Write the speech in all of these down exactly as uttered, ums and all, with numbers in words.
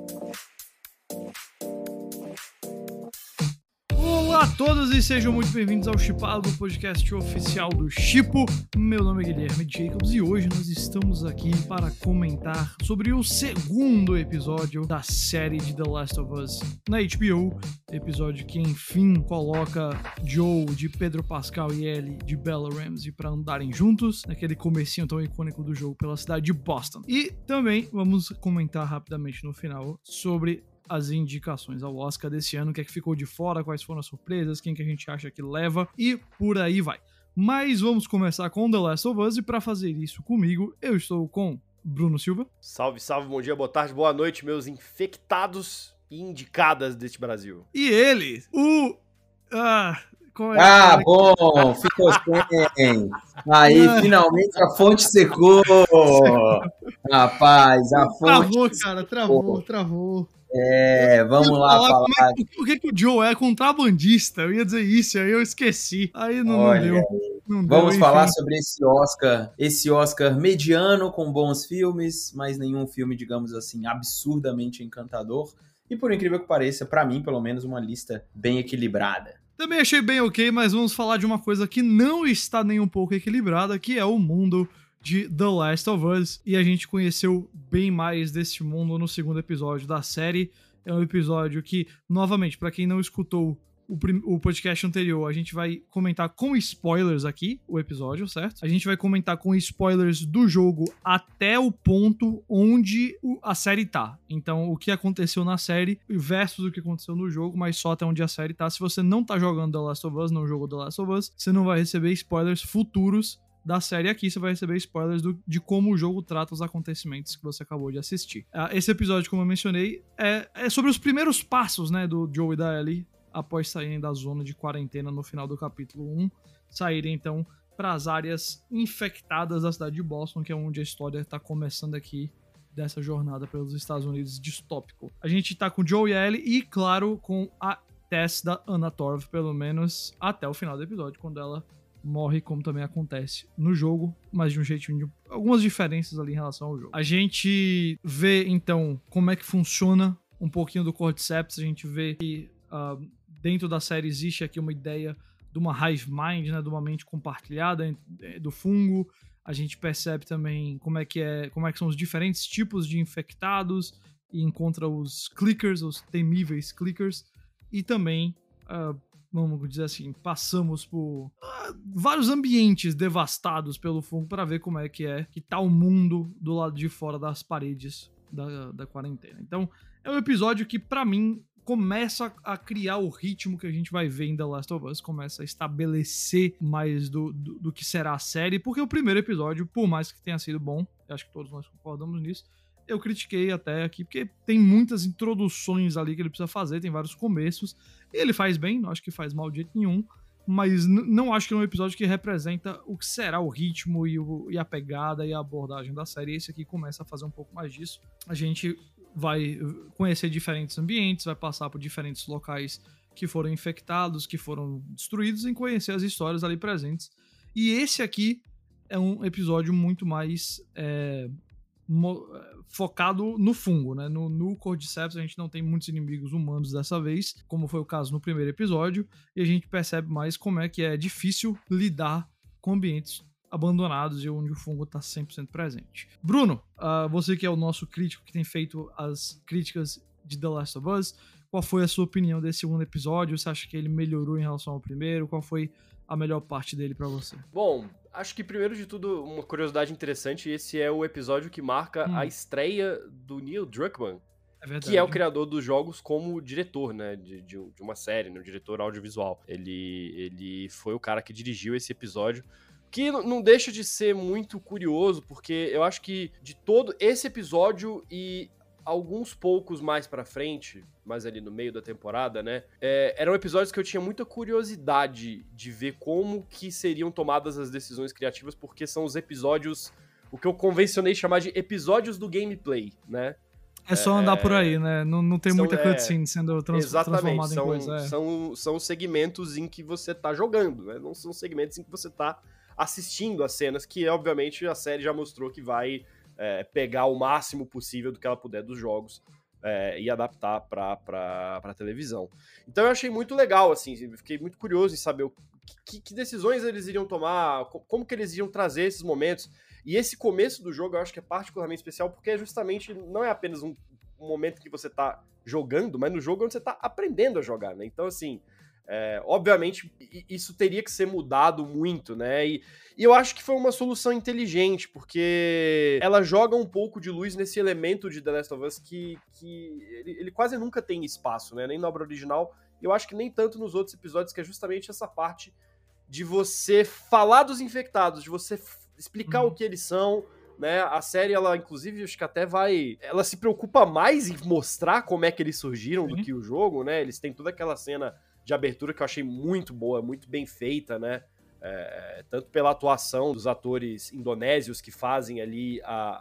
Olá a todos e sejam muito bem-vindos ao Shippado, podcast oficial do Shippo. Meu nome é Guilherme Jacobs e hoje nós estamos aqui para comentar sobre o segundo episódio da série de The Last of Us na H B O. Episódio que, enfim, coloca Joe de Pedro Pascal e Ellie de Bella Ramsey para andarem juntos naquele comecinho tão icônico do jogo pela cidade de Boston. E também vamos comentar rapidamente no final sobre as indicações ao Oscar desse ano, o que é que ficou de fora, quais foram as surpresas, quem que a gente acha que leva e por aí vai. Mas vamos começar com The Last of Us e para fazer isso comigo, eu estou com Bruno Silva. Salve, salve, bom dia, boa tarde, boa noite, meus infectados e indicadas deste Brasil. E ele, o... Ah... É ah, bom, ficou sem. Aí, ah. Finalmente a fonte secou. Rapaz, a fonte Travou, cara, travou, secou. travou. É, vamos lá falar. falar. É, por que, que o Joe é contrabandista? Eu ia dizer isso, aí eu esqueci. Aí não, não deu. Não vamos deu, falar sobre esse Oscar, esse Oscar mediano com bons filmes, mas nenhum filme, digamos assim, absurdamente encantador. E por incrível que pareça, pra mim, pelo menos, uma lista bem equilibrada. Também achei bem ok, mas vamos falar de uma coisa que não está nem um pouco equilibrada, que é o mundo de The Last of Us. E a gente conheceu bem mais desse mundo no segundo episódio da série. É um episódio que, novamente, para quem não escutou o, prim- o podcast anterior, a gente vai comentar com spoilers aqui, o episódio, certo? A gente vai comentar com spoilers do jogo até o ponto onde o, a série tá. Então, o que aconteceu na série versus o que aconteceu no jogo, mas só até onde a série tá. Se você não tá jogando The Last of Us, não jogou The Last of Us, você não vai receber spoilers futuros da série aqui, você vai receber spoilers do, de como o jogo trata os acontecimentos que você acabou de assistir. Esse episódio, como eu mencionei, é, é sobre os primeiros passos, né, do Joe e da Ellie após saírem da zona de quarentena no final do capítulo um, saírem então para as áreas infectadas da cidade de Boston, que é onde a história está começando aqui dessa jornada pelos Estados Unidos distópico. A gente tá com Joe e a Ellie e, claro, com a Tess da Anna Torv, pelo menos até o final do episódio, quando ela morre, como também acontece no jogo, mas de um jeitinho, de algumas diferenças ali em relação ao jogo. A gente vê, então, como é que funciona um pouquinho do Cordyceps, a gente vê que uh, dentro da série existe aqui uma ideia de uma hive mind, né, de uma mente compartilhada do fungo. A gente percebe também como é que, é, como é que são os diferentes tipos de infectados e encontra os clickers, os temíveis clickers. E também, uh, vamos dizer assim, passamos por uh, vários ambientes devastados pelo fungo para ver como é que é que tá o mundo do lado de fora das paredes da, da quarentena. Então, é um episódio que, para mim, começa a criar o ritmo que a gente vai ver em The Last of Us, começa a estabelecer mais do, do, do que será a série, porque o primeiro episódio, por mais que tenha sido bom, eu acho que todos nós concordamos nisso, eu critiquei até aqui, porque tem muitas introduções ali que ele precisa fazer, tem vários começos, e ele faz bem, não acho que faz mal de jeito nenhum, mas n- não acho que é um episódio que representa o que será o ritmo e, o, e a pegada e a abordagem da série. Esse aqui começa a fazer um pouco mais disso. A gente vai conhecer diferentes ambientes, vai passar por diferentes locais que foram infectados, que foram destruídos, e conhecer as histórias ali presentes. E esse aqui é um episódio muito mais é, mo- focado no fungo, né? No, no Cordyceps a gente não tem muitos inimigos humanos dessa vez, como foi o caso no primeiro episódio, e a gente percebe mais como é que é difícil lidar com ambientes abandonados e onde o fungo está cem por cento presente. Bruno, uh, você que é o nosso crítico que tem feito as críticas de The Last of Us, qual foi a sua opinião desse segundo episódio? Você acha que ele melhorou em relação ao primeiro? Qual foi a melhor parte dele pra você? Bom, acho que primeiro de tudo, uma curiosidade interessante, esse é o episódio que marca hum. a estreia do Neil Druckmann, é que é o criador dos jogos como diretor, né, de, de, de uma série, né, um diretor audiovisual. Ele, ele foi o cara que dirigiu esse episódio, que não deixa de ser muito curioso, porque eu acho que de todo esse episódio e alguns poucos mais pra frente, mais ali no meio da temporada, né, é, eram episódios que eu tinha muita curiosidade de ver como que seriam tomadas as decisões criativas, porque são os episódios, o que eu convencionei chamar de episódios do gameplay, né. É só andar é, por aí, né? Não, não tem são, muita cutscene é, sendo trans, transformada são, em coisa. É. São, são segmentos em que você tá jogando, né? Não são segmentos em que você tá assistindo as cenas, que obviamente a série já mostrou que vai é, pegar o máximo possível do que ela puder dos jogos é, e adaptar pra, pra, pra televisão. Então eu achei muito legal, assim, fiquei muito curioso em saber o que, que decisões eles iriam tomar, como que eles iriam trazer esses momentos. E esse começo do jogo eu acho que é particularmente especial, porque é justamente, não é apenas um, um momento que você tá jogando, mas no jogo onde você tá aprendendo a jogar, né? Então, assim, é, obviamente isso teria que ser mudado muito, né? E, e eu acho que foi uma solução inteligente, porque ela joga um pouco de luz nesse elemento de The Last of Us que, que ele, ele quase nunca tem espaço, né? Nem na obra original, e eu acho que nem tanto nos outros episódios, que é justamente essa parte de você falar dos infectados, de você explicar uhum. o que eles são, né? A série, ela, inclusive, acho que até vai... Ela se preocupa mais em mostrar como é que eles surgiram uhum. do que o jogo, né? Eles têm toda aquela cena de abertura que eu achei muito boa, muito bem feita, né? É, tanto pela atuação dos atores indonésios que fazem ali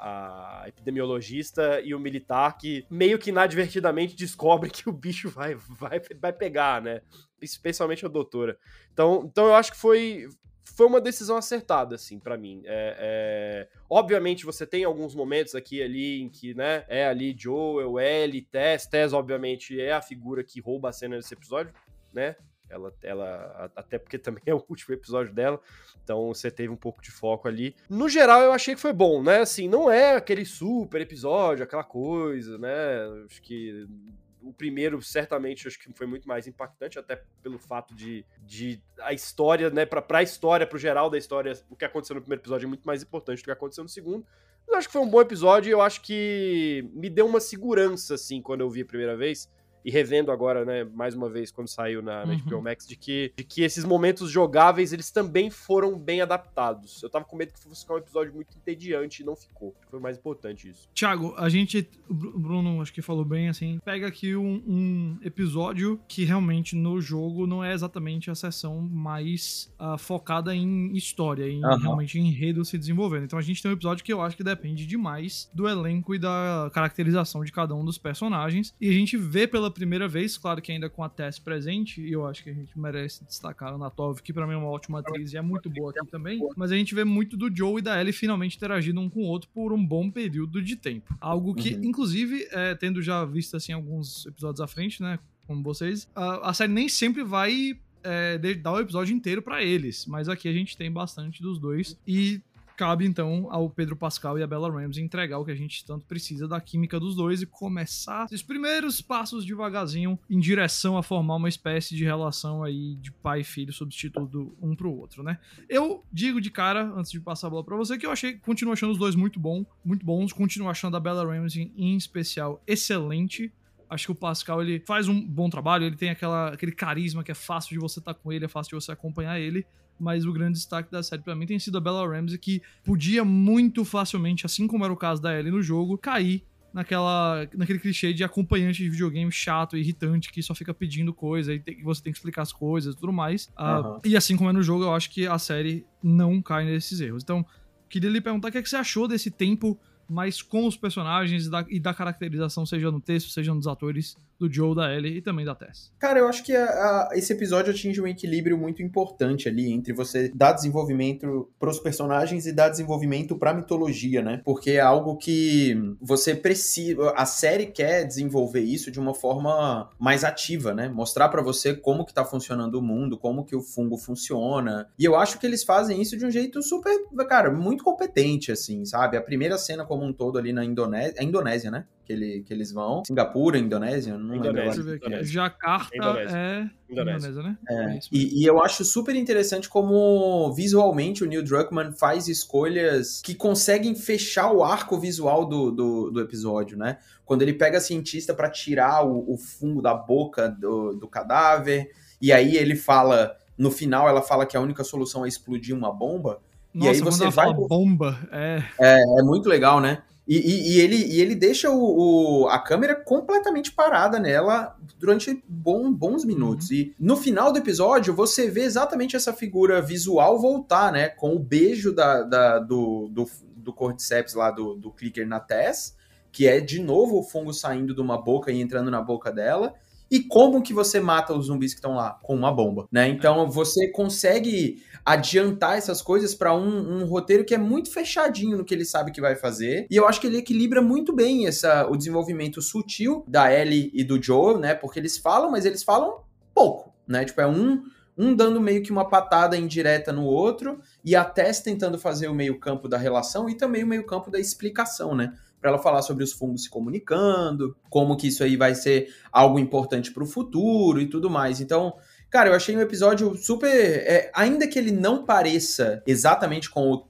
a, a epidemiologista e o militar que meio que inadvertidamente descobre que o bicho vai, vai, vai pegar, né? Especialmente a doutora. Então, então eu acho que foi... Foi uma decisão acertada, assim, pra mim. É, é... Obviamente, você tem alguns momentos aqui ali em que, né, é ali Joel, Ellie, Tess. Tess, obviamente, é a figura que rouba a cena nesse episódio, né? Ela, ela, até porque também é o último episódio dela, então você teve um pouco de foco ali. No geral, eu achei que foi bom, né? Assim, não é aquele super episódio, aquela coisa, né? Acho que... O primeiro, certamente, acho que foi muito mais impactante, até pelo fato de, de a história, né, pra, pra história, pro geral da história, o que aconteceu no primeiro episódio é muito mais importante do que aconteceu no segundo. Mas eu acho que foi um bom episódio e eu acho que me deu uma segurança, assim, quando eu vi a primeira vez. E revendo agora, né, mais uma vez, quando saiu na, na H B O Max, de que, de que esses momentos jogáveis, eles também foram bem adaptados. Eu tava com medo que fosse ficar um episódio muito entediante e não ficou. Foi mais importante isso. Thiago, a gente, o Bruno acho que falou bem, assim, pega aqui um, um episódio que realmente no jogo não é exatamente a seção mais uh, focada em história, em uhum. realmente em enredo se desenvolvendo. Então a gente tem um episódio que eu acho que depende demais do elenco e da caracterização de cada um dos personagens. E a gente vê pela primeira vez, claro que ainda com a Tess presente, e eu acho que a gente merece destacar a Anatov, que pra mim é uma ótima atriz e é muito boa aqui também, mas a gente vê muito do Joe e da Ellie finalmente interagindo um com o outro por um bom período de tempo. Algo que, uhum. inclusive, é, tendo já visto assim alguns episódios à frente, né, como vocês, a, a série nem sempre vai é, dar o episódio inteiro pra eles, mas aqui a gente tem bastante dos dois, e cabe, então, ao Pedro Pascal e a Bella Ramsey entregar o que a gente tanto precisa da química dos dois e começar os primeiros passos devagarzinho em direção a formar uma espécie de relação aí de pai e filho substituto um pro outro, né? Eu digo de cara, antes de passar a bola pra você, que eu achei, continuo achando os dois muito bom, muito bons, continuo achando a Bella Ramsey, em especial, excelente. Acho que o Pascal, ele faz um bom trabalho, ele tem aquela, aquele carisma que é fácil de você estar com ele, é fácil de você acompanhar ele, mas o grande destaque da série pra mim tem sido a Bella Ramsey, que podia muito facilmente, assim como era o caso da Ellie no jogo, cair naquela, naquele clichê de acompanhante de videogame chato e irritante, que só fica pedindo coisa e tem, você tem que explicar as coisas e tudo mais. Uhum. Uh, e assim como é no jogo, eu acho que a série não cai nesses erros. Então, queria lhe perguntar o que, é que você achou desse tempo mas com os personagens e da, e da caracterização, seja no texto, seja nos atores do Joe, da Ellie e também da Tess. Cara, eu acho que a, a, esse episódio atinge um equilíbrio muito importante ali entre você dar desenvolvimento pros personagens e dar desenvolvimento pra mitologia, né? Porque é algo que você precisa... A série quer desenvolver isso de uma forma mais ativa, né? Mostrar pra você como que tá funcionando o mundo, como que o fungo funciona. E eu acho que eles fazem isso de um jeito super, cara, muito competente, assim, sabe? A primeira cena como um todo ali na Indonésia... É Indonésia, né? Que, ele, que eles vão. Singapura, Indonésia? Não Indonésia, lembro. Indonésia. Jakarta Indonésia. é Indonésia, Indonésia né? É. É e, e eu acho super interessante como visualmente o Neil Druckmann faz escolhas que conseguem fechar o arco visual do, do, do episódio, né? Quando ele pega a cientista pra tirar o, o fungo da boca do, do cadáver, e aí ele fala, no final ela fala que a única solução é explodir uma bomba. Nossa, e aí você vai fala bomba, é... é... É muito legal, né? E, e, e, ele, e ele deixa o, o, a câmera completamente parada nela durante bom, bons minutos. Uhum. E no final do episódio, você vê exatamente essa figura visual voltar, né? Com o beijo da, da, do, do, do Cordyceps lá, do, do Clicker na Tess, que é de novo o fungo saindo de uma boca e entrando na boca dela. E como que você mata os zumbis que estão lá? Com uma bomba, né? Então você consegue adiantar essas coisas para um, um roteiro que é muito fechadinho no que ele sabe que vai fazer. E eu acho que ele equilibra muito bem essa, o desenvolvimento sutil da Ellie e do Joel, né? Porque eles falam, mas eles falam pouco, né? Tipo, é um, um dando meio que uma patada indireta no outro e a Tess tentando fazer o meio campo da relação e também o meio campo da explicação, né? Para ela falar sobre os fungos se comunicando, como que isso aí vai ser algo importante para o futuro e tudo mais. Então, cara, eu achei um episódio super... É, ainda que ele não pareça exatamente com, o,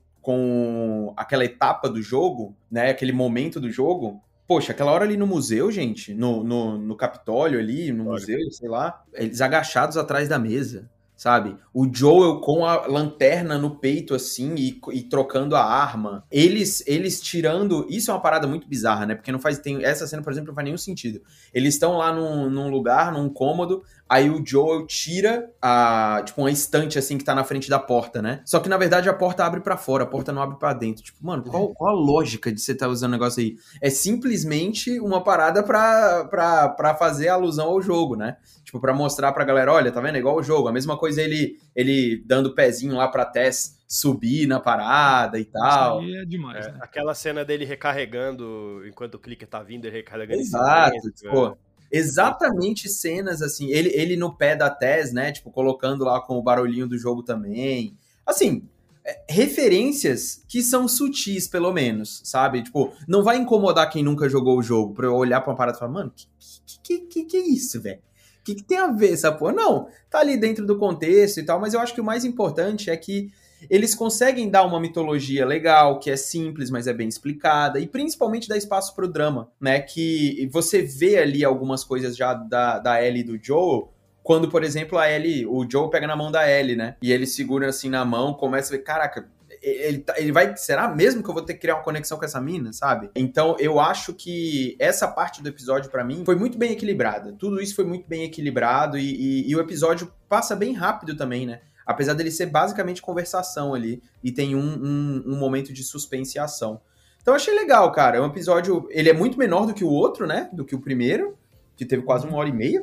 com aquela etapa do jogo, né, aquele momento do jogo, poxa, aquela hora ali no museu, gente, no, no, no Capitólio ali, no Olha. museu, sei lá, eles agachados atrás da mesa, sabe? O Joel com a lanterna no peito, assim, e, e trocando a arma. Eles, eles tirando... Isso é uma parada muito bizarra, né? Porque não faz... Tem, essa cena, por exemplo, não faz nenhum sentido. Eles estão lá num, num lugar, num cômodo, aí o Joel tira a... Tipo, uma estante, assim, que tá na frente da porta, né? Só que, na verdade, a porta abre pra fora, a porta não abre pra dentro. Tipo, mano, qual, qual a lógica de você estar tá usando o negócio aí? É simplesmente uma parada pra, pra, pra fazer alusão ao jogo, né? Tipo, pra mostrar pra galera, olha, tá vendo? É igual o jogo. A mesma coisa ele, ele dando o pezinho lá pra Tess subir na parada e tal. Isso aí é demais, é, né? Aquela cena dele recarregando, enquanto o clicker tá vindo, ele recarregando. Exato, em tipo, é. Exatamente cenas assim, ele, ele no pé da Tess, né, tipo, colocando lá com o barulhinho do jogo também. Assim, é, referências que são sutis, pelo menos, sabe? Tipo, não vai incomodar quem nunca jogou o jogo, pra eu olhar pra uma parada e falar, mano, que que, que, que é isso, velho? O que, que tem a ver essa porra? Não, tá ali dentro do contexto e tal, mas eu acho que o mais importante é que eles conseguem dar uma mitologia legal, que é simples, mas é bem explicada, e principalmente dar espaço pro drama, né? Que você vê ali algumas coisas já da, da Ellie e do Joel, quando, por exemplo, a Ellie, o Joel pega na mão da Ellie, né? E ele segura assim na mão, começa a ver, caraca, ele, ele vai, será mesmo que eu vou ter que criar uma conexão com essa mina, sabe? Então, eu acho que essa parte do episódio, pra mim, foi muito bem equilibrada. Tudo isso foi muito bem equilibrado e, e, e o episódio passa bem rápido também, né? Apesar dele ser basicamente conversação ali e tem um, um, um momento de suspense e ação. Então, eu achei legal, cara. É um episódio... Ele é muito menor do que o outro, né? Do que o primeiro, que teve quase uma hora e meia.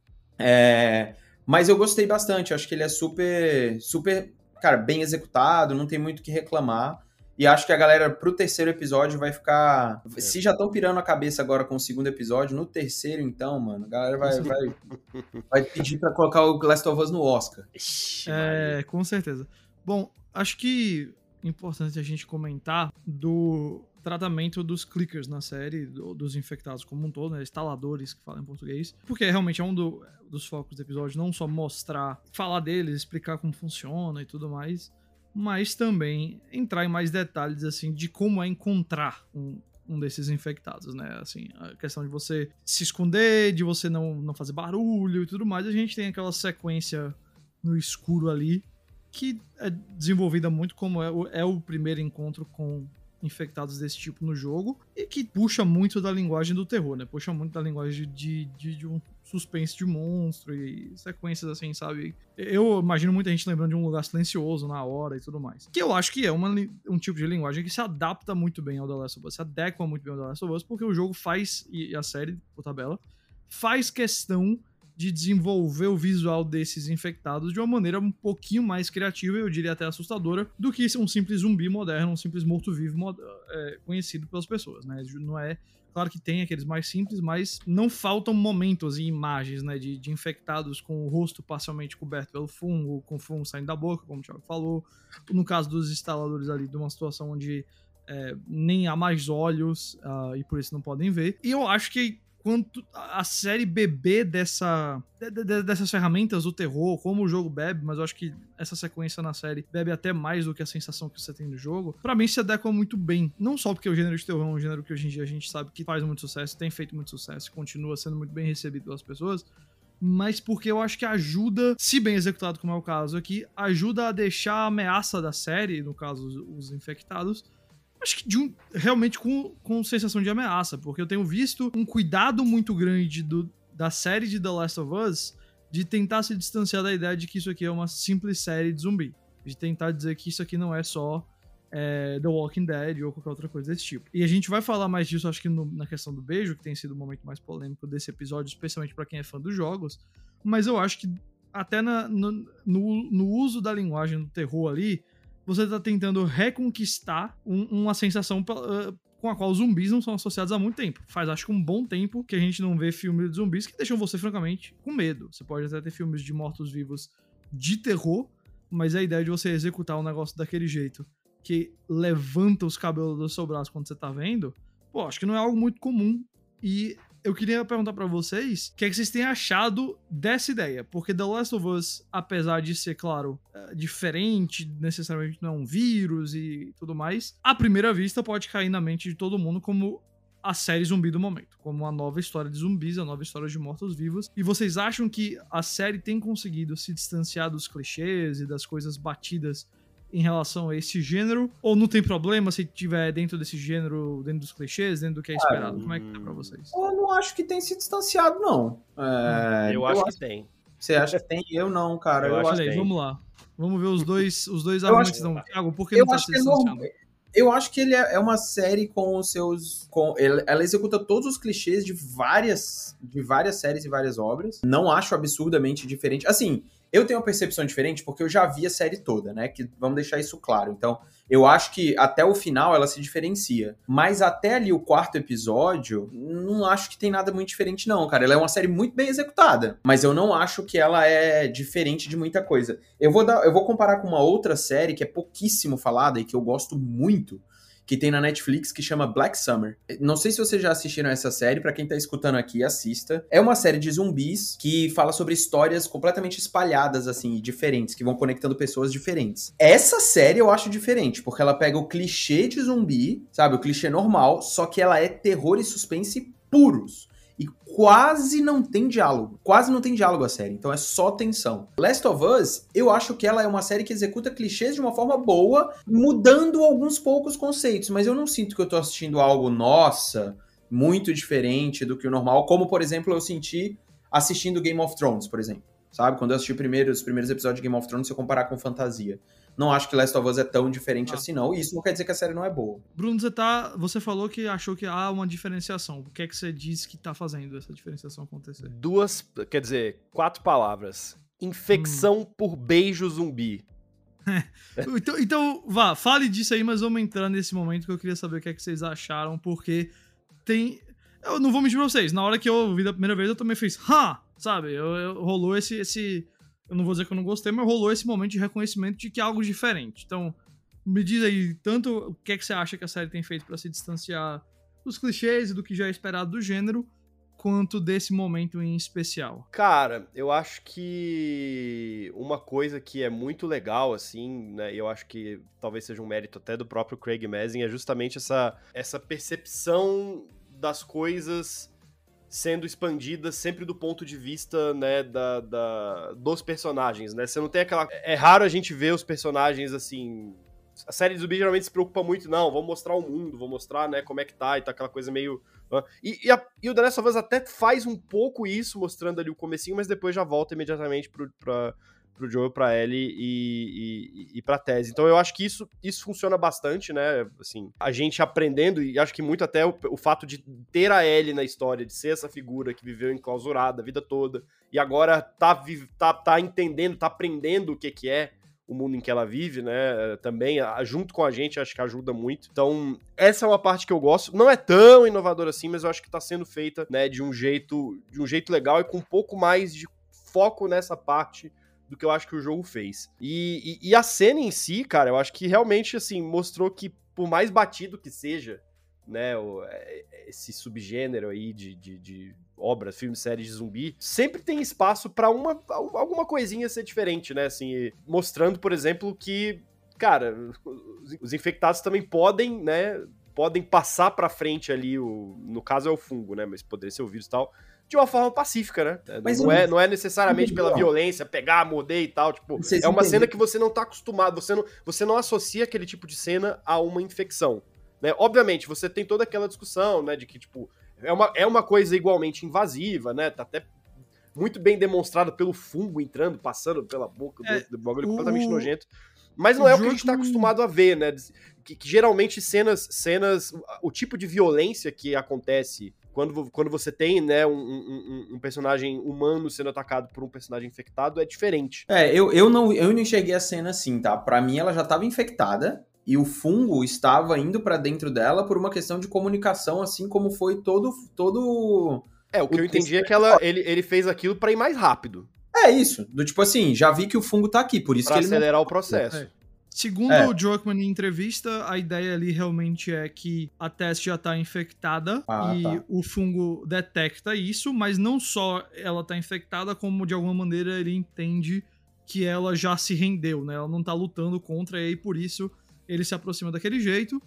É... Mas eu gostei bastante. Eu acho que ele é super, super... Cara, bem executado, não tem muito o que reclamar. E acho que a galera, pro terceiro episódio, vai ficar... É. Se já estão pirando a cabeça agora com o segundo episódio, no terceiro, então, mano, a galera vai, vai, vai pedir pra colocar o Last of Us no Oscar. É, com certeza. Bom, acho que é importante a gente comentar do tratamento dos clickers na série, do, dos infectados como um todo, né, instaladores que falam em português, porque realmente é um do, dos focos do episódio, não só mostrar, falar deles, explicar como funciona e tudo mais, mas também entrar em mais detalhes, assim, de como é encontrar um, um desses infectados, né? Assim, a questão de você se esconder, de você não, não fazer barulho e tudo mais. A gente tem aquela sequência no escuro ali, que é desenvolvida muito como é o, é o primeiro encontro com infectados desse tipo no jogo, e que puxa muito da linguagem do terror, né? Puxa muito da linguagem de, de, de um suspense de monstro e sequências assim, sabe? Eu imagino muita gente lembrando de Um Lugar Silencioso na hora e tudo mais. Que eu acho que é uma, um tipo de linguagem que se adapta muito bem ao The Last of Us, se adequa muito bem ao The Last of Us, porque o jogo faz, e a série, por tabela, faz questão de desenvolver o visual desses infectados de uma maneira um pouquinho mais criativa, eu diria até assustadora, do que um simples zumbi moderno, um simples morto-vivo é, conhecido pelas pessoas, né? Não é... Claro que tem aqueles mais simples, mas não faltam momentos e imagens, né, de, de infectados com o rosto parcialmente coberto pelo fungo, com fungo saindo da boca, como o Thiago falou. No caso dos instaladores ali, de uma situação onde é, nem há mais olhos uh, e por isso não podem ver. E eu acho que quanto a série beber dessa, de, de, dessas ferramentas do terror, como o jogo bebe, mas eu acho que essa sequência na série bebe até mais do que a sensação que você tem do jogo, pra mim se adequa muito bem. Não só porque o gênero de terror é um gênero que hoje em dia a gente sabe que faz muito sucesso, tem feito muito sucesso, continua sendo muito bem recebido pelas pessoas, mas porque eu acho que ajuda, se bem executado como é o caso aqui, ajuda a deixar a ameaça da série, no caso os, os infectados, acho que de um, realmente com, com sensação de ameaça, porque eu tenho visto um cuidado muito grande do, da série de The Last of Us de tentar se distanciar da ideia de que isso aqui é uma simples série de zumbi. De tentar dizer que isso aqui não é só é, The Walking Dead ou qualquer outra coisa desse tipo. E a gente vai falar mais disso, acho que no, na questão do beijo, que tem sido o momento mais polêmico desse episódio, especialmente pra quem é fã dos jogos, mas eu acho que até na, no, no, no uso da linguagem do terror ali, você tá tentando reconquistar um, uma sensação uh, com a qual os zumbis não são associados há muito tempo. Faz, acho que um bom tempo que a gente não vê filmes de zumbis que deixam você, francamente, com medo. Você pode até ter filmes de mortos-vivos de terror, mas a ideia de você executar um negócio daquele jeito, que levanta os cabelos do seu braço quando você tá vendo, pô, acho que não é algo muito comum. E eu queria perguntar pra vocês o que é que vocês têm achado dessa ideia, porque The Last of Us, apesar de ser, claro, diferente, necessariamente não é um vírus e tudo mais, à primeira vista pode cair na mente de todo mundo como a série zumbi do momento, como uma nova história de zumbis, a nova história de mortos-vivos. E vocês acham que a série tem conseguido se distanciar dos clichês e das coisas batidas em relação a esse gênero? Ou não tem problema se tiver dentro desse gênero, dentro dos clichês, dentro do que é esperado? Ah, Como é que tá pra vocês? Eu não acho que tem se distanciado, não. É, eu, eu acho, acho que tem. Você acha que tem? Eu não, cara. Eu, eu acho acho que tem. Vamos lá. Vamos ver os dois, os dois eu argumentos. Acho, não, Thiago, por que eu não tá acho se que distanciando? É eu acho que ele é, é uma série com os seus... Com, ela executa todos os clichês de várias, de várias séries e várias obras. Não acho absurdamente diferente. Assim, eu tenho uma percepção diferente porque eu já vi a série toda, né? Que, vamos deixar isso claro. Então, eu acho que até o final ela se diferencia. Mas até ali o quarto episódio, não acho que tem nada muito diferente não, cara. Ela é uma série muito bem executada. Mas eu não acho que ela é diferente de muita coisa. Eu vou, dar, eu vou comparar com uma outra série que é pouquíssimo falada e que eu gosto muito, que tem na Netflix, que chama Black Summer. Não sei se vocês já assistiram essa série, pra quem tá escutando aqui, assista. É uma série de zumbis que fala sobre histórias completamente espalhadas, assim, diferentes, que vão conectando pessoas diferentes. Essa série eu acho diferente, porque ela pega o clichê de zumbi, sabe, o clichê normal, só que ela é terror e suspense puros. E quase não tem diálogo. Quase não tem diálogo a série. Então é só tensão. Last of Us, eu acho que ela é uma série que executa clichês de uma forma boa, mudando alguns poucos conceitos. Mas eu não sinto que eu tô assistindo algo, nossa, muito diferente do que o normal. Como, por exemplo, eu senti assistindo Game of Thrones, por exemplo. Sabe? Quando eu assisti primeiro, os primeiros episódios de Game of Thrones, se eu comparar com fantasia. Não acho que Last of Us é tão diferente ah. assim, não. E isso não quer dizer que a série não é boa. Bruno, você, tá, você falou que achou que há uma diferenciação. O que é que você disse que tá fazendo essa diferenciação acontecer? Duas, quer dizer, quatro palavras. Infecção hum. por beijo zumbi. então, então, vá, fale disso aí, mas vamos entrar nesse momento que eu queria saber o que é que vocês acharam, porque tem... Eu não vou mentir pra vocês, na hora que eu ouvi da primeira vez, eu também fiz, ha! Sabe, eu, eu, rolou esse... esse eu não vou dizer que eu não gostei, mas rolou esse momento de reconhecimento de que é algo diferente. Então, me diz aí, tanto o que é que você acha que a série tem feito pra se distanciar dos clichês e do que já é esperado do gênero, quanto desse momento em especial. Cara, eu acho que uma coisa que é muito legal, assim, né, e eu acho que talvez seja um mérito até do próprio Craig Mazin, é justamente essa, essa percepção das coisas sendo expandidas sempre do ponto de vista, né, da, da, dos personagens, né? Você não tem aquela... É raro a gente ver os personagens, assim... A série de zumbi geralmente se preocupa muito, não, vamos mostrar o mundo, vamos mostrar, né, como é que tá, e tá aquela coisa meio... E, e, a, e o The Last of Us até faz um pouco isso, mostrando ali o comecinho, mas depois já volta imediatamente pro, pra, pro Joel, pra Ellie e, e, e pra Tess. Então eu acho que isso, isso funciona bastante, né, assim, a gente aprendendo, e acho que muito até o, o fato de ter a Ellie na história, de ser essa figura que viveu enclausurada a vida toda, e agora tá, tá, tá entendendo, tá aprendendo o que que é o mundo em que ela vive, né, também, junto com a gente, acho que ajuda muito. Então, essa é uma parte que eu gosto. Não é tão inovadora assim, mas eu acho que tá sendo feita, né, de um jeito, de um jeito legal e com um pouco mais de foco nessa parte do que eu acho que o jogo fez. E, e, e a cena em si, cara, eu acho que realmente, assim, mostrou que, por mais batido que seja, né, o, esse subgênero aí de, de, de obras, filmes, séries de zumbi, sempre tem espaço pra uma, alguma coisinha ser diferente, né, assim, mostrando, por exemplo, que, cara, os infectados também podem, né, podem passar pra frente ali, o, no caso é o fungo, né, mas poderia ser o vírus e tal, de uma forma pacífica, né, mas não, é, não é necessariamente pela violência, pegar, morder e tal, tipo, Vocês é uma entenderam. Cena que você não tá acostumado, você não, você não associa aquele tipo de cena a uma infecção. Né? Obviamente, você tem toda aquela discussão, né, de que, tipo, é uma, é uma coisa igualmente invasiva, né, tá até muito bem demonstrado pelo fungo entrando, passando pela boca, é, do bagulho o... completamente nojento. Mas não é o que a gente tá acostumado a ver, né? Que, que geralmente cenas, cenas, o tipo de violência que acontece quando, quando você tem, né, um, um, um personagem humano sendo atacado por um personagem infectado é diferente. É, eu, eu, não, eu não enxerguei a cena assim, tá? Pra mim ela já tava infectada e o fungo estava indo pra dentro dela por uma questão de comunicação, assim como foi todo... todo é, o que o eu entendi é que ela, ele, ele fez aquilo pra ir mais rápido. É isso, do tipo assim, já vi que o fungo tá aqui, por isso pra que ele acelerar não... o processo. É. Segundo é. o Druckmann em entrevista, a ideia ali realmente é que a Tess já tá infectada ah, e tá. o fungo detecta isso, mas não só ela tá infectada, como de alguma maneira ele entende que ela já se rendeu, né? Ela não tá lutando contra, e aí por isso ele se aproxima daquele jeito,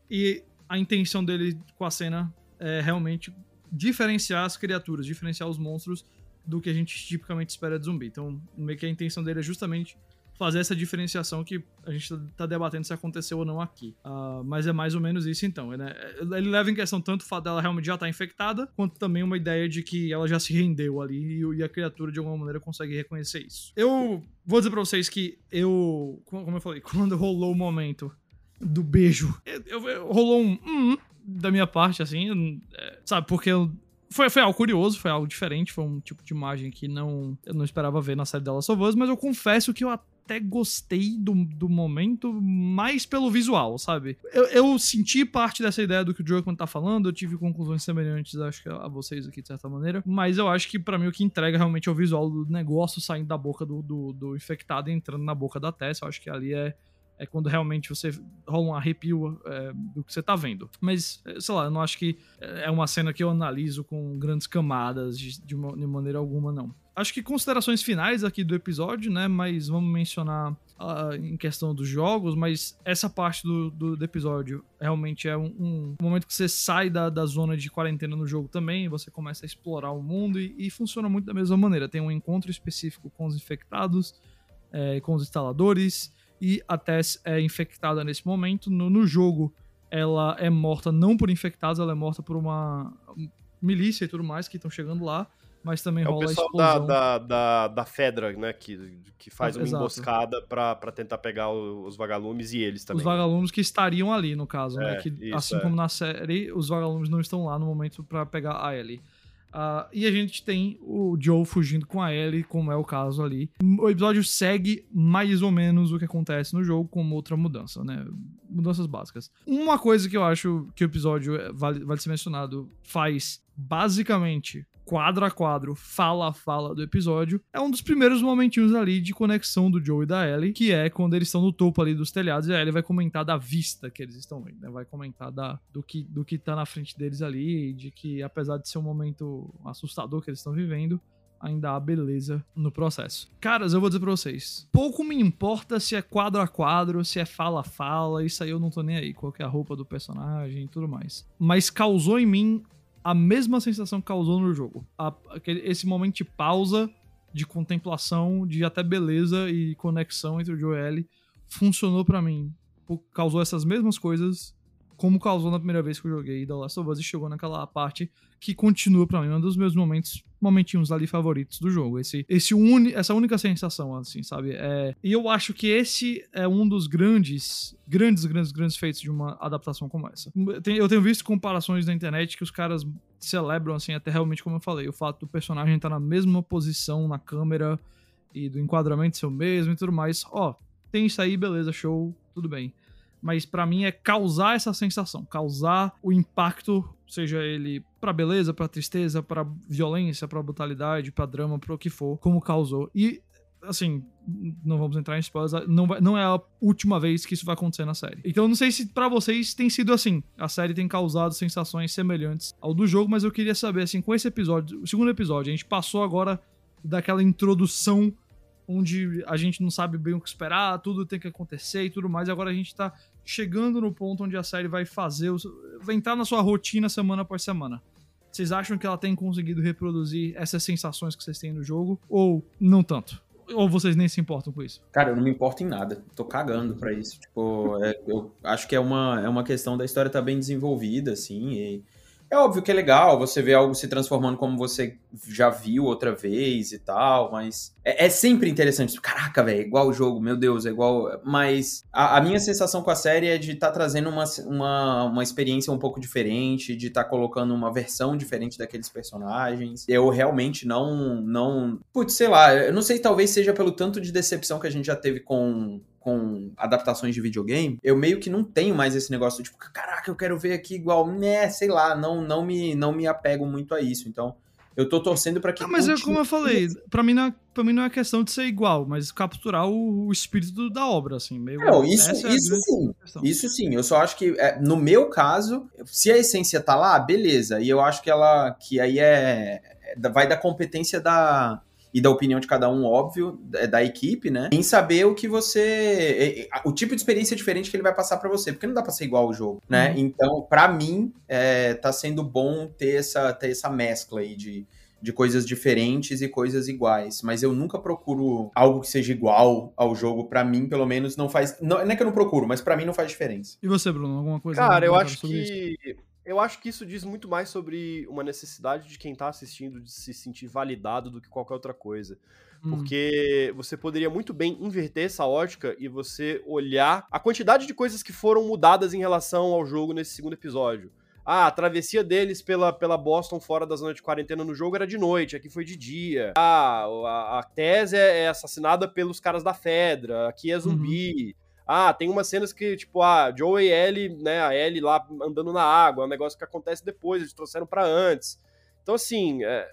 e a intenção dele com a cena é realmente diferenciar as criaturas, diferenciar os monstros do que a gente tipicamente espera de zumbi. Então, meio que a intenção dele é justamente fazer essa diferenciação que a gente tá debatendo se aconteceu ou não aqui. Uh, mas é mais ou menos isso, então. Né? Ele leva em questão tanto o fato dela realmente já estar infectada, quanto também uma ideia de que ela já se rendeu ali e a criatura, de alguma maneira, consegue reconhecer isso. Eu vou dizer pra vocês que eu, como eu falei, quando rolou o momento do beijo, eu, eu, rolou um hum, da minha parte, assim, é, sabe, porque eu Foi, foi algo curioso, foi algo diferente, foi um tipo de imagem que não, eu não esperava ver na série The Last of Us, mas eu confesso que eu até gostei do, do momento mais pelo visual, sabe? Eu, eu senti parte dessa ideia do que o Druckmann tá falando, eu tive conclusões semelhantes, acho que a vocês aqui, de certa maneira, mas eu acho que pra mim o que entrega realmente é o visual do negócio saindo da boca do, do, do infectado e entrando na boca da Tess. Eu acho que ali é É quando realmente você rola um arrepio é, do que você tá vendo. Mas, sei lá, eu não acho que é uma cena que eu analiso com grandes camadas de, de, uma, de maneira alguma, não. Acho que considerações finais aqui do episódio, né? Mas vamos mencionar uh, em questão dos jogos, mas essa parte do, do, do episódio realmente é um, um momento que você sai da, da zona de quarentena no jogo também, você começa a explorar o mundo e, e funciona muito da mesma maneira. Tem um encontro específico com os infectados, é, com os instaladores, e a Tess é infectada nesse momento. No, no jogo, ela é morta não por infectados, ela é morta por uma milícia e tudo mais que estão chegando lá, mas também é rola o pessoal a explosão. Da, da, da, da Fedra, né, que, que faz ah, uma exato. emboscada pra, pra tentar pegar os vagalumes e eles também. Os vagalumes que estariam ali, no caso, é, né, que isso, assim é. como na série, os vagalumes não estão lá no momento pra pegar a Ellie. Uh, e a gente tem o Joel fugindo com a Ellie, como é o caso ali. O episódio segue mais ou menos o que acontece no jogo, com outra mudança, né? Mudanças básicas. Uma coisa que eu acho que o episódio, vale, vale ser mencionado, faz basicamente quadro a quadro, fala a fala do episódio, é um dos primeiros momentinhos ali de conexão do Joel e da Ellie, que é quando eles estão no topo ali dos telhados e a Ellie vai comentar da vista que eles estão vendo, né? Vai comentar da, do, que, do que tá na frente deles ali, de que apesar de ser um momento assustador que eles estão vivendo, ainda há beleza no processo. Caras, eu vou dizer pra vocês, pouco me importa se é quadro a quadro, se é fala a fala, isso aí eu não tô nem aí, qual que é a roupa do personagem e tudo mais. Mas causou em mim a mesma sensação que causou no jogo. A, aquele, esse momento de pausa, de contemplação, de até beleza e conexão entre o Joel e a Ellie funcionou pra mim. Causou essas mesmas coisas como causou na primeira vez que eu joguei The Last of Us e chegou naquela parte que continua pra mim, um dos meus momentos, momentinhos ali favoritos do jogo. Esse, esse uni, essa única sensação, assim, sabe? É, e eu acho que esse é um dos grandes, grandes, grandes, grandes feitos de uma adaptação como essa. Eu tenho visto comparações na internet que os caras celebram, assim, até realmente, como eu falei, o fato do personagem estar na mesma posição na câmera e do enquadramento ser o mesmo e tudo mais. Ó, tem isso aí, beleza, show, tudo bem. Mas pra mim é causar essa sensação, causar o impacto, seja ele pra beleza, pra tristeza, pra violência, pra brutalidade, pra drama, pra o que for, como causou. E, assim, não vamos entrar em spoilers, não, vai, não é a última vez que isso vai acontecer na série. Então eu não sei se pra vocês tem sido assim. A série tem causado sensações semelhantes ao do jogo, mas eu queria saber, assim, com esse episódio, o segundo episódio, a gente passou agora daquela introdução onde a gente não sabe bem o que esperar, tudo tem que acontecer e tudo mais, e agora a gente tá chegando no ponto onde a série vai fazer, vai entrar na sua rotina semana após semana. Vocês acham que ela tem conseguido reproduzir essas sensações que vocês têm no jogo, ou não tanto? Ou vocês nem se importam com isso? Cara, eu não me importo em nada. Tô cagando pra isso. Tipo, é, eu acho que é uma, é uma questão da história estar bem desenvolvida, assim, e É óbvio que é legal você ver algo se transformando como você já viu outra vez e tal, mas é, é sempre interessante. Caraca, velho, é igual o jogo, meu Deus, é igual... Mas a, a minha sensação com a série é de estar tá trazendo uma, uma, uma experiência um pouco diferente, de estar tá colocando uma versão diferente daqueles personagens. Eu realmente não... não putz, sei lá, eu não sei, talvez seja pelo tanto de decepção que a gente já teve com... com adaptações de videogame, eu meio que não tenho mais esse negócio, tipo, caraca, eu quero ver aqui igual, né, sei lá, não, não, me, não me apego muito a isso, então eu tô torcendo pra que... Ah, mas é como eu falei, pra mim, não é, pra mim não é questão de ser igual, mas capturar o, o espírito da obra, assim, meio... Não, isso, é isso sim, questão. Isso sim, eu só acho que, é, no meu caso, se a essência tá lá, beleza, e eu acho que ela, que aí é, é vai da competência da... e da opinião de cada um, óbvio, da equipe, né? Em saber o que você... o tipo de experiência diferente que ele vai passar pra você, porque não dá pra ser igual ao jogo, né? Uhum. Então, pra mim, é, tá sendo bom ter essa, ter essa mescla aí de, de coisas diferentes e coisas iguais, mas eu nunca procuro algo que seja igual ao jogo, pra mim, pelo menos, não faz... Não, não é que eu não procuro, mas pra mim não faz diferença. E você, Bruno, alguma coisa? Cara, eu acho que... Isso? Eu acho que isso diz muito mais sobre uma necessidade de quem tá assistindo de se sentir validado do que qualquer outra coisa. Hum. Porque você poderia muito bem inverter essa ótica e você olhar a quantidade de coisas que foram mudadas em relação ao jogo nesse segundo episódio. Ah, a travessia deles pela, pela Boston fora da zona de quarentena no jogo era de noite, aqui foi de dia. Ah, a, a Tess é, é assassinada pelos caras da Fedra, aqui é zumbi. Uhum. Ah, tem umas cenas que, tipo, a Joe e Ellie, né, a Ellie lá andando na água, é um negócio que acontece depois, eles trouxeram pra antes. Então, assim, é,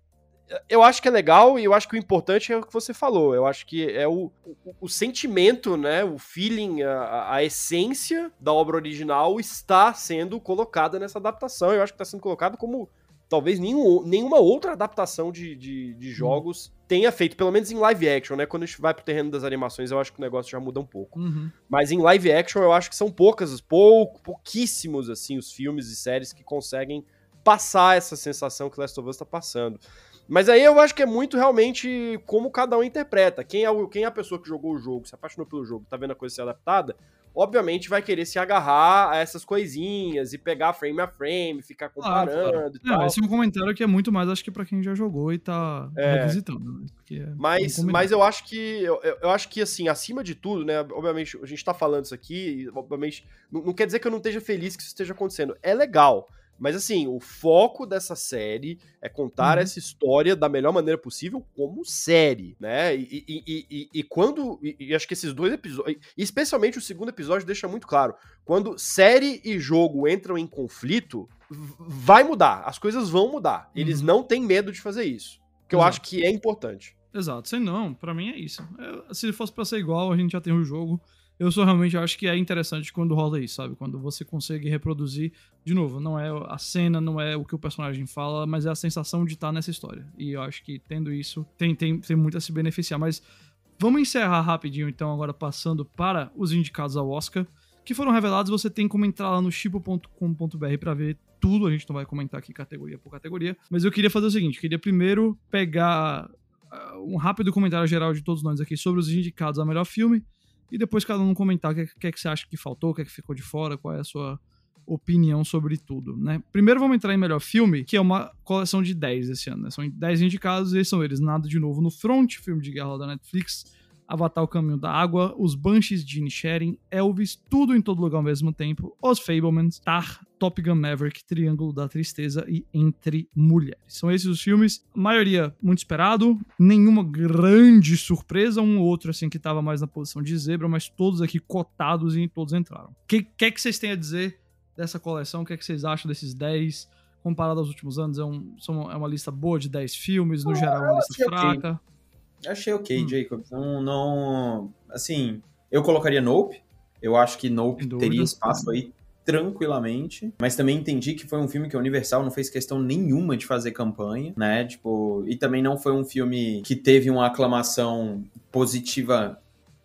eu acho que é legal e eu acho que o importante é o que você falou. Eu acho que é o, o, o sentimento, né, o feeling, a, a essência da obra original está sendo colocada nessa adaptação. Eu acho que está sendo colocado como... talvez nenhum, nenhuma outra adaptação de, de, de jogos uhum. tenha feito, pelo menos em live action, né? Quando a gente vai pro terreno das animações, eu acho que o negócio já muda um pouco. Uhum. Mas em live action, eu acho que são poucas, pouco, pouquíssimos, assim, os filmes e séries que conseguem passar essa sensação que Last of Us tá passando. Mas aí eu acho que é muito realmente como cada um interpreta. Quem é, o, quem é a pessoa que jogou o jogo, se apaixonou pelo jogo, tá vendo a coisa ser adaptada, obviamente vai querer se agarrar a essas coisinhas e pegar frame a frame, ficar comparando ah, claro. e tal. É, esse é um comentário que é muito mais, acho que pra quem já jogou e tá é. revisitando. Né? É mas, mas eu acho que, eu, eu acho que, assim, acima de tudo, né, obviamente a gente tá falando isso aqui, e, obviamente, não, não quer dizer que eu não esteja feliz que isso esteja acontecendo. É legal. Mas, assim, o foco dessa série é contar uhum. essa história da melhor maneira possível como série, né? E, e, e, e, e quando... E, e acho que esses dois episódios... Especialmente o segundo episódio deixa muito claro. Quando série e jogo entram em conflito, vai mudar. As coisas vão mudar. Eles uhum. não têm medo de fazer isso. Que Exato. Eu acho que é importante. Exato. Sei não, pra mim é isso. Eu, se fosse pra ser igual, a gente já tem o jogo... Eu só realmente acho que é interessante quando rola isso, sabe? Quando você consegue reproduzir, de novo, não é a cena, não é o que o personagem fala, mas é a sensação de estar nessa história. E eu acho que tendo isso, tem, tem, tem muito a se beneficiar. Mas vamos encerrar rapidinho, então, agora passando para os indicados ao Oscar, que foram revelados. Você tem como entrar lá no chipo ponto com ponto b r para ver tudo. A gente não vai comentar aqui categoria por categoria. Mas eu queria fazer o seguinte, queria primeiro pegar um rápido comentário geral de todos nós aqui sobre os indicados ao melhor filme, e depois cada um comentar o que, que é que você acha que faltou, o que é que ficou de fora, qual é a sua opinião sobre tudo, né? Primeiro vamos entrar em melhor filme, que é uma coleção de dez esse ano, né? São dez indicados, e esses são eles: Nada de Novo no Front, filme de guerra da Netflix, Avatar: O Caminho da Água, Os Banshees de Inisherin, Elvis, Tudo em Todo Lugar ao Mesmo Tempo, Os Fabelmans, Tar, Top Gun Maverick, Triângulo da Tristeza e Entre Mulheres. São esses os filmes, a maioria muito esperado, nenhuma grande surpresa, um ou outro assim que tava mais na posição de zebra, mas todos aqui cotados e todos entraram. O que, que é que vocês têm a dizer dessa coleção? O que é que vocês acham desses dez? Comparado aos últimos anos, é, um, são, é uma lista boa de dez filmes, no geral é uma lista fraca. Okay. Achei ok, hum. Jacob. Não, não... Assim, eu colocaria Nope. Eu acho que Nope teria espaço aí tranquilamente, mas também entendi que foi um filme que a Universal não fez questão nenhuma de fazer campanha, né, tipo, e também não foi um filme que teve uma aclamação positiva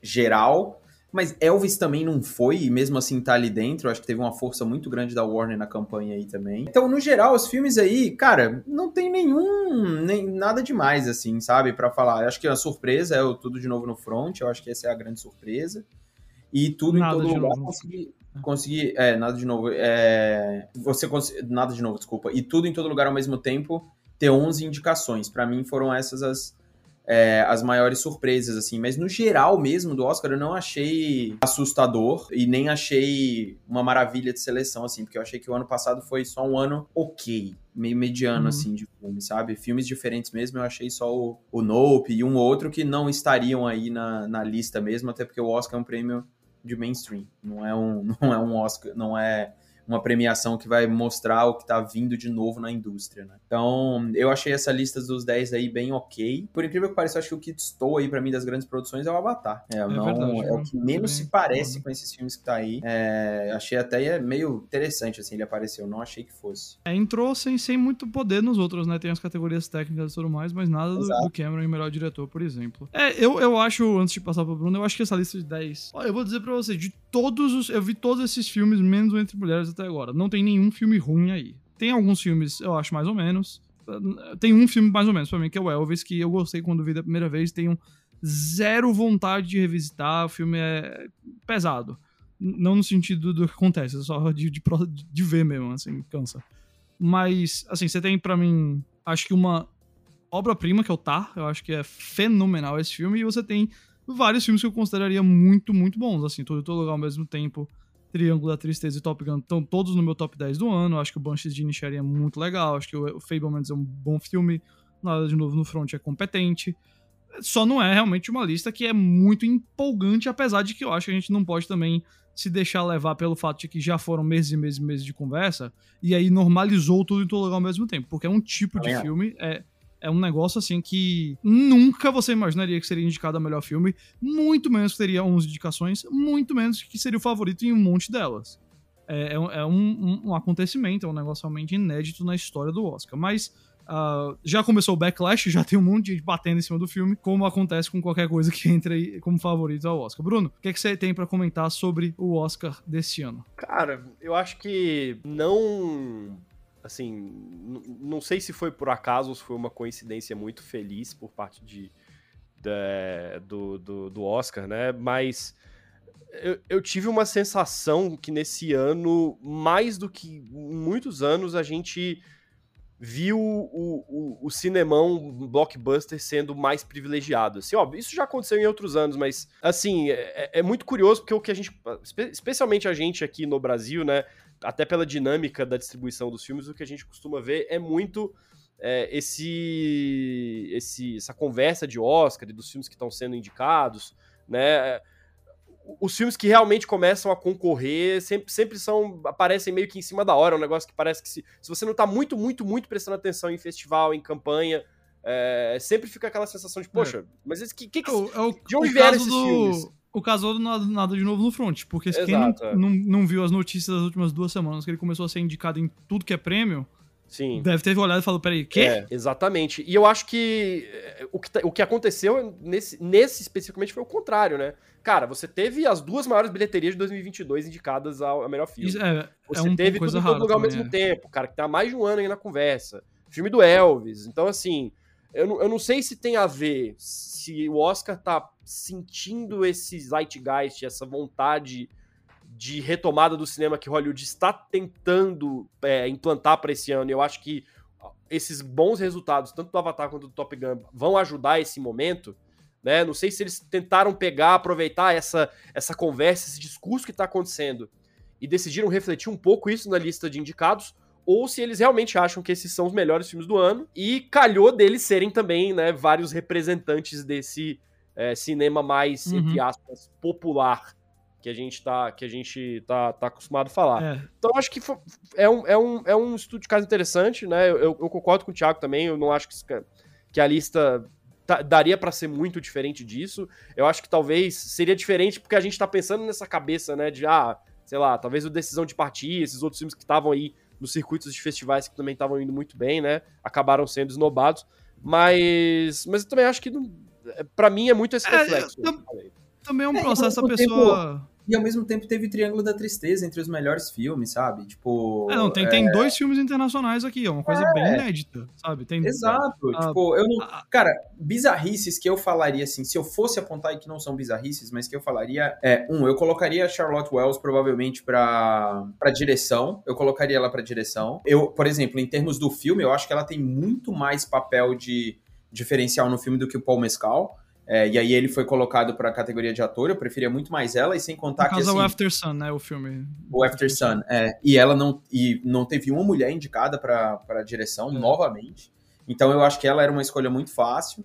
geral, mas Elvis também não foi, e mesmo assim tá ali dentro. Eu acho que teve uma força muito grande da Warner na campanha aí também. Então, no geral, os filmes aí, cara, não tem nenhum, nem nada demais, assim, sabe, pra falar. Eu acho que a surpresa é o Tudo de Novo no Front, eu acho que essa é a grande surpresa. E Tudo nada em Todo Lugar consegui... conseguir... É, nada de novo. É, você cons... Nada de novo, desculpa. E Tudo em Todo Lugar ao Mesmo Tempo ter onze indicações. Pra mim foram essas as... É, as maiores surpresas, assim. Mas no geral mesmo do Oscar eu não achei assustador e nem achei uma maravilha de seleção, assim, porque eu achei que o ano passado foi só um ano ok, meio mediano, uhum. assim, de filme, sabe? Filmes diferentes mesmo, eu achei só o, o Nope e um outro que não estariam aí na, na lista mesmo, até porque o Oscar é um prêmio de mainstream, não é um, não é um Oscar, não é uma premiação que vai mostrar o que tá vindo de novo na indústria, né? Então, eu achei essa lista dos dez aí bem ok. Por incrível que pareça, eu acho que o que estou aí pra mim das grandes produções é o Avatar. É, é, não, verdade, é o que menos se parece bom. Com esses filmes que tá aí. É, achei até meio interessante, assim, ele apareceu. Não achei que fosse. É, entrou sem, sem muito poder nos outros, né? Tem as categorias técnicas e tudo mais, mas nada do, do Cameron em melhor diretor, por exemplo. É, eu, eu acho, antes de passar pro Bruno, eu acho que essa lista de dez... Olha, eu vou dizer pra você, de todos os... Eu vi todos esses filmes, menos o Entre Mulheres até agora. Não tem nenhum filme ruim aí. Tem alguns filmes, eu acho, mais ou menos. Tem um filme mais ou menos pra mim, que é o Elvis, que eu gostei quando vi da primeira vez. Tenho zero vontade de revisitar. O filme é pesado. Não no sentido do que acontece, só de, de, de ver mesmo, assim, cansa. Mas, assim, você tem pra mim, acho que uma obra-prima, que é o Tar. Eu acho que é fenomenal esse filme. E você tem vários filmes que eu consideraria muito, muito bons. Assim, Tudo em Todo Lugar ao Mesmo Tempo, Triângulo da Tristeza e Top Gun estão todos no meu top dez do ano. Acho que o Banshees de Inisherin é muito legal. Acho que o Fabelmans é um bom filme. Nada de Novo no Front é competente. Só não é realmente uma lista que é muito empolgante, apesar de que eu acho que a gente não pode também se deixar levar pelo fato de que já foram meses e meses e meses de conversa e aí normalizou Tudo em Todo Lugar ao mesmo tempo. Porque é um tipo de é. filme... é É um negócio, assim, que nunca você imaginaria que seria indicado a melhor filme, muito menos que teria onze indicações, muito menos que seria o favorito em um monte delas. É, é, um, um, um acontecimento, é um negócio realmente inédito na história do Oscar. Mas uh, já começou o backlash, já tem um monte de gente batendo em cima do filme, como acontece com qualquer coisa que entre aí como favorito ao Oscar. Bruno, o que, é que você tem pra comentar sobre o Oscar desse ano? Cara, eu acho que não... Assim, não sei se foi por acaso ou se foi uma coincidência muito feliz por parte de, de, do, do, do Oscar, né? Mas eu, eu tive uma sensação que nesse ano, mais do que em muitos anos, a gente viu o, o, o cinemão blockbuster sendo mais privilegiado. Assim, ó, isso já aconteceu em outros anos, mas, assim, é, é muito curioso porque o que a gente, especialmente a gente aqui no Brasil, né, até pela dinâmica da distribuição dos filmes, o que a gente costuma ver é muito é, esse, esse, essa conversa de Oscar e dos filmes que estão sendo indicados, né? Os filmes que realmente começam a concorrer sempre, sempre são, aparecem meio que em cima da hora, é um negócio que parece que se, se você não tá muito, muito, muito prestando atenção em festival, em campanha, é, sempre fica aquela sensação de, poxa, é. mas esse, que, que, que, é o, é o, de onde vieram esses do... filmes? O caso do nada, nada de Novo no Front, porque Exato, quem não, é. não, não viu as notícias das últimas duas semanas, que ele começou a ser indicado em tudo que é prêmio, Sim. deve ter olhado e falado, peraí, quê? É, exatamente. E eu acho que o que, o que aconteceu nesse, nesse especificamente foi o contrário, né? Cara, você teve as duas maiores bilheterias de dois mil e vinte e dois indicadas ao, ao melhor filme. Isso é, você é um teve Tudo em Todo Lugar ao mesmo é. tempo, cara, que tá há mais de um ano aí na conversa. Filme do Elvis. Então, assim, eu não, eu não sei se tem a ver, se o Oscar tá sentindo esse zeitgeist, essa vontade de retomada do cinema que Hollywood está tentando é, implantar para esse ano. Eu acho que esses bons resultados, tanto do Avatar quanto do Top Gun, vão ajudar esse momento, né? Não sei se eles tentaram pegar, aproveitar essa, essa conversa, esse discurso que está acontecendo e decidiram refletir um pouco isso na lista de indicados, ou se eles realmente acham que esses são os melhores filmes do ano e calhou deles serem também, né, vários representantes desse é, cinema mais, uhum. entre aspas, popular que a gente tá, que a gente tá, tá acostumado a falar. É. Então, acho que foi, é, um, é, um, é um estudo de caso interessante, né? Eu, eu concordo com o Thiago também, eu não acho que, que a lista tá, daria pra ser muito diferente disso. Eu acho que talvez seria diferente porque a gente tá pensando nessa cabeça, né? De, ah, sei lá, talvez o Decisão de Partir, esses outros filmes que estavam aí nos circuitos de festivais que também estavam indo muito bem, né? Acabaram sendo esnobados. Mas, mas eu também acho que, não, pra mim, é muito esse reflexo. É, eu, também é um processo é, da pessoa... Tempo... E ao mesmo tempo teve Triângulo da Tristeza entre os melhores filmes, sabe? Tipo... É, não, tem, é... tem dois filmes internacionais aqui, é uma coisa é... bem inédita, sabe? Tem, Exato, é, tipo, a... eu não... Cara, bizarrices que eu falaria, assim, se eu fosse apontar e que não são bizarrices, mas que eu falaria, é, um, eu colocaria a Charlotte Wells provavelmente pra, pra direção, eu colocaria ela pra direção. Eu, por exemplo, em termos do filme, eu acho que ela tem muito mais papel de diferencial no filme do que o Paul Mescal. É, e aí ele foi colocado pra categoria de ator, eu preferia muito mais ela, e sem contar no caso que, assim... é o After Sun, né, o filme. O After Sun, é. E ela não, e não teve uma mulher indicada pra, pra direção, é. novamente. Então eu acho que ela era uma escolha muito fácil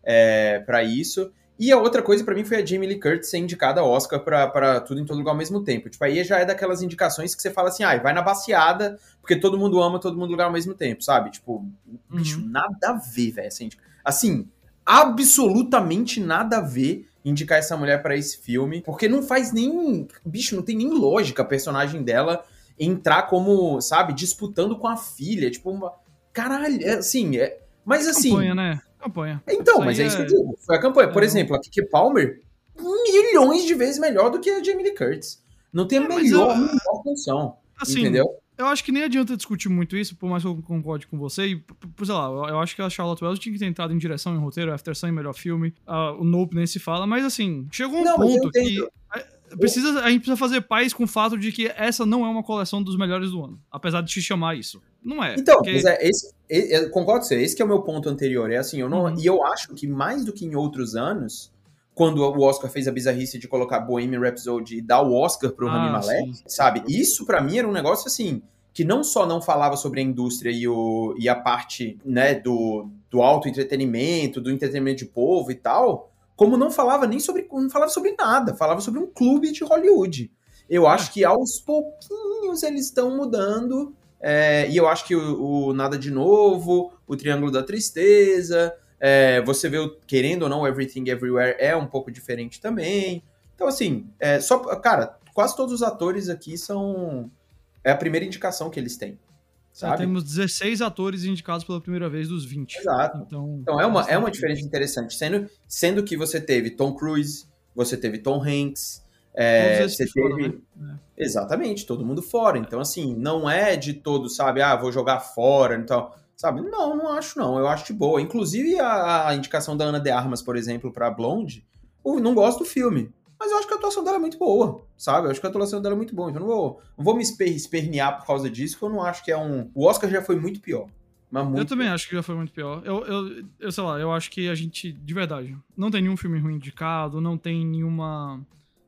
é, pra isso. E a outra coisa pra mim foi a Jamie Lee Curtis ser indicada ao Oscar pra, pra Tudo em Todo Lugar ao mesmo tempo. Tipo, aí já é daquelas indicações que você fala assim, ah, vai na baciada, porque todo mundo ama Todo Mundo Lugar ao mesmo tempo, sabe? Tipo, bicho, uhum. nada a ver, velho, essa indicação. Assim... absolutamente nada a ver indicar essa mulher pra esse filme, porque não faz nem... Bicho, não tem nem lógica a personagem dela entrar como, sabe, disputando com a filha, tipo, uma... Caralho, é, assim, é... Mas assim... Campanha, né? Campanha. Então, mas é, é isso que eu digo, foi a campanha. Por é, exemplo, não... a Keke Palmer, milhões de vezes melhor do que a Jamie Lee Curtis. Não tem a é, melhor, eu... melhor função, assim, entendeu? Eu acho que nem adianta discutir muito isso, por mais que eu concorde com você. E, sei lá, eu acho que a Charlotte Wells tinha que ter entrado em direção, em roteiro, After Sun, melhor filme. Uh, o Nope nem se fala, mas assim, chegou um não, ponto que precisa, a gente precisa fazer paz com o fato de que essa não é uma coleção dos melhores do ano. Apesar de te chamar isso. Não é. Então, porque... mas é, esse, eu concordo com você, esse que é o meu ponto anterior. É assim, eu não, uhum. E eu acho que mais do que em outros anos... Quando o Oscar fez a bizarrice de colocar Bohemian Rhapsody e dar o Oscar pro ah, Rami Malek, sim. sabe? Isso, pra mim, era um negócio, assim, que não só não falava sobre a indústria e, o, e a parte, né, do, do auto-entretenimento, do entretenimento de povo e tal, como não falava nem sobre, não falava sobre nada, falava sobre um clube de Hollywood. Eu acho que aos pouquinhos eles estão mudando, é, e eu acho que o, o Nada de Novo, o Triângulo da Tristeza... É, você vê, querendo ou não, Everything Everywhere é um pouco diferente também. Então, assim, é, só, cara, quase todos os atores aqui são... É a primeira indicação que eles têm, sabe? É, temos dezesseis atores indicados pela primeira vez dos vinte. Exato. Então, então é uma, é uma diferença interessante. Sendo, sendo que você teve Tom Cruise, você teve Tom Hanks... É, você fora, teve... Né? Exatamente, todo mundo fora. Então, assim, não é de todo, sabe? Ah, vou jogar fora, então... Sabe? Não, não acho não. Eu acho de boa. Inclusive, a, a indicação da Ana de Armas, por exemplo, pra Blonde, eu não gosto do filme. Mas eu acho que a atuação dela é muito boa, sabe? Eu acho que a atuação dela é muito boa. Então eu não vou, não vou me esper, espernear por causa disso, porque eu não acho que é um... O Oscar já foi muito pior. Mas muito eu também pior. acho que já foi muito pior. Eu, eu, eu, sei lá, eu acho que a gente, de verdade, não tem nenhum filme ruim indicado, não tem nenhuma...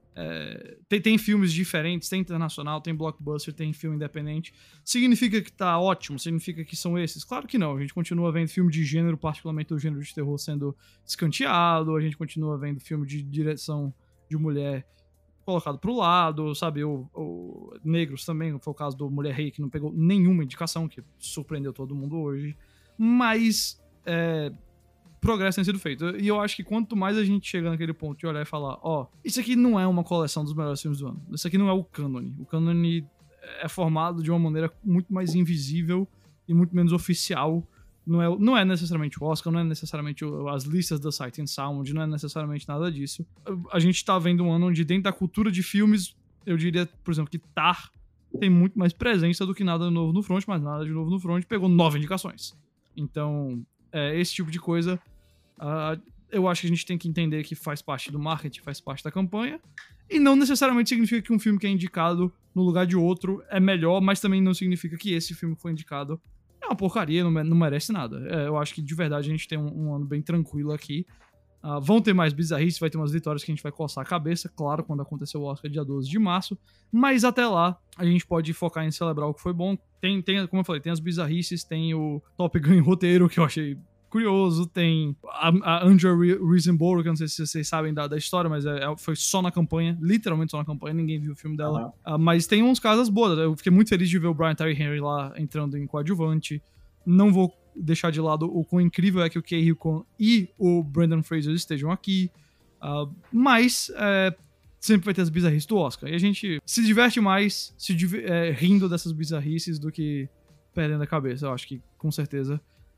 É, tem, tem filmes diferentes, tem internacional, tem blockbuster, tem filme independente. Significa que tá ótimo? Significa que são esses? Claro que não. A gente continua vendo filme de gênero, particularmente o gênero de terror, sendo escanteado. A gente continua vendo filme de direção de mulher colocado pro lado, sabe? O, o negros também, foi o caso do Mulher Rei, que não pegou nenhuma indicação, que surpreendeu todo mundo hoje. Mas... É, progresso tem sido feito. E eu acho que quanto mais a gente chega naquele ponto de olhar e falar, ó, oh, isso aqui não é uma coleção dos melhores filmes do ano. Isso aqui não é o cânone. O cânone é formado de uma maneira muito mais invisível e muito menos oficial. Não é, não é necessariamente o Oscar, não é necessariamente as listas da Sight and Sound, não é necessariamente nada disso. A gente tá vendo um ano onde dentro da cultura de filmes, eu diria, por exemplo, que Tar tem muito mais presença do que Nada Novo no Front, mas Nada de Novo no Front pegou nove indicações. Então... É, esse tipo de coisa, uh, eu acho que a gente tem que entender que faz parte do marketing, faz parte da campanha, e não necessariamente significa que um filme que é indicado no lugar de outro é melhor, mas também não significa que esse filme que foi indicado é uma porcaria, não, não merece nada. É, eu acho que de verdade a gente tem um, um ano bem tranquilo aqui. Uh, vão ter mais bizarrices, vai ter umas vitórias que a gente vai coçar a cabeça, claro, quando acontecer o Oscar dia doze de março, mas até lá a gente pode focar em celebrar o que foi bom. Tem, tem como eu falei, tem as bizarrices, tem o Top Gun em roteiro, que eu achei curioso, tem a, a Andrea Riseborough, que eu não sei se vocês sabem da, da história, mas é, foi só na campanha, literalmente só na campanha, ninguém viu o filme dela. Uhum. Uh, mas tem uns casos boas, eu fiquei muito feliz de ver o Brian Tyree Henry lá entrando em coadjuvante. Não vou deixar de lado o quão incrível é que o Ke-Huy Quan e o Brendan Fraser estejam aqui, uh, mas é, sempre vai ter as bizarrices do Oscar, e a gente se diverte mais se div- é, rindo dessas bizarrices do que perdendo a cabeça. Eu acho que, com certeza,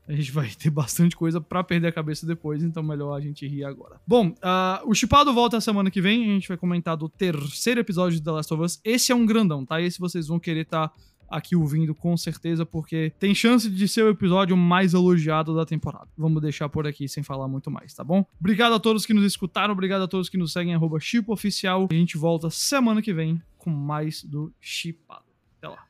A gente vai ter bastante coisa pra perder a cabeça depois, então melhor a gente rir agora. Bom, uh, o Chipado volta a semana que vem, a gente vai comentar do terceiro episódio de The Last of Us. Esse é um grandão, tá? Esse vocês vão querer estar tá aqui ouvindo com certeza, porque tem chance de ser o episódio mais elogiado da temporada. Vamos deixar por aqui sem falar muito mais, tá bom? Obrigado a todos que nos escutaram, obrigado a todos que nos seguem, arroba Chipo Oficial. A gente volta semana que vem com mais do Chipado. Até lá.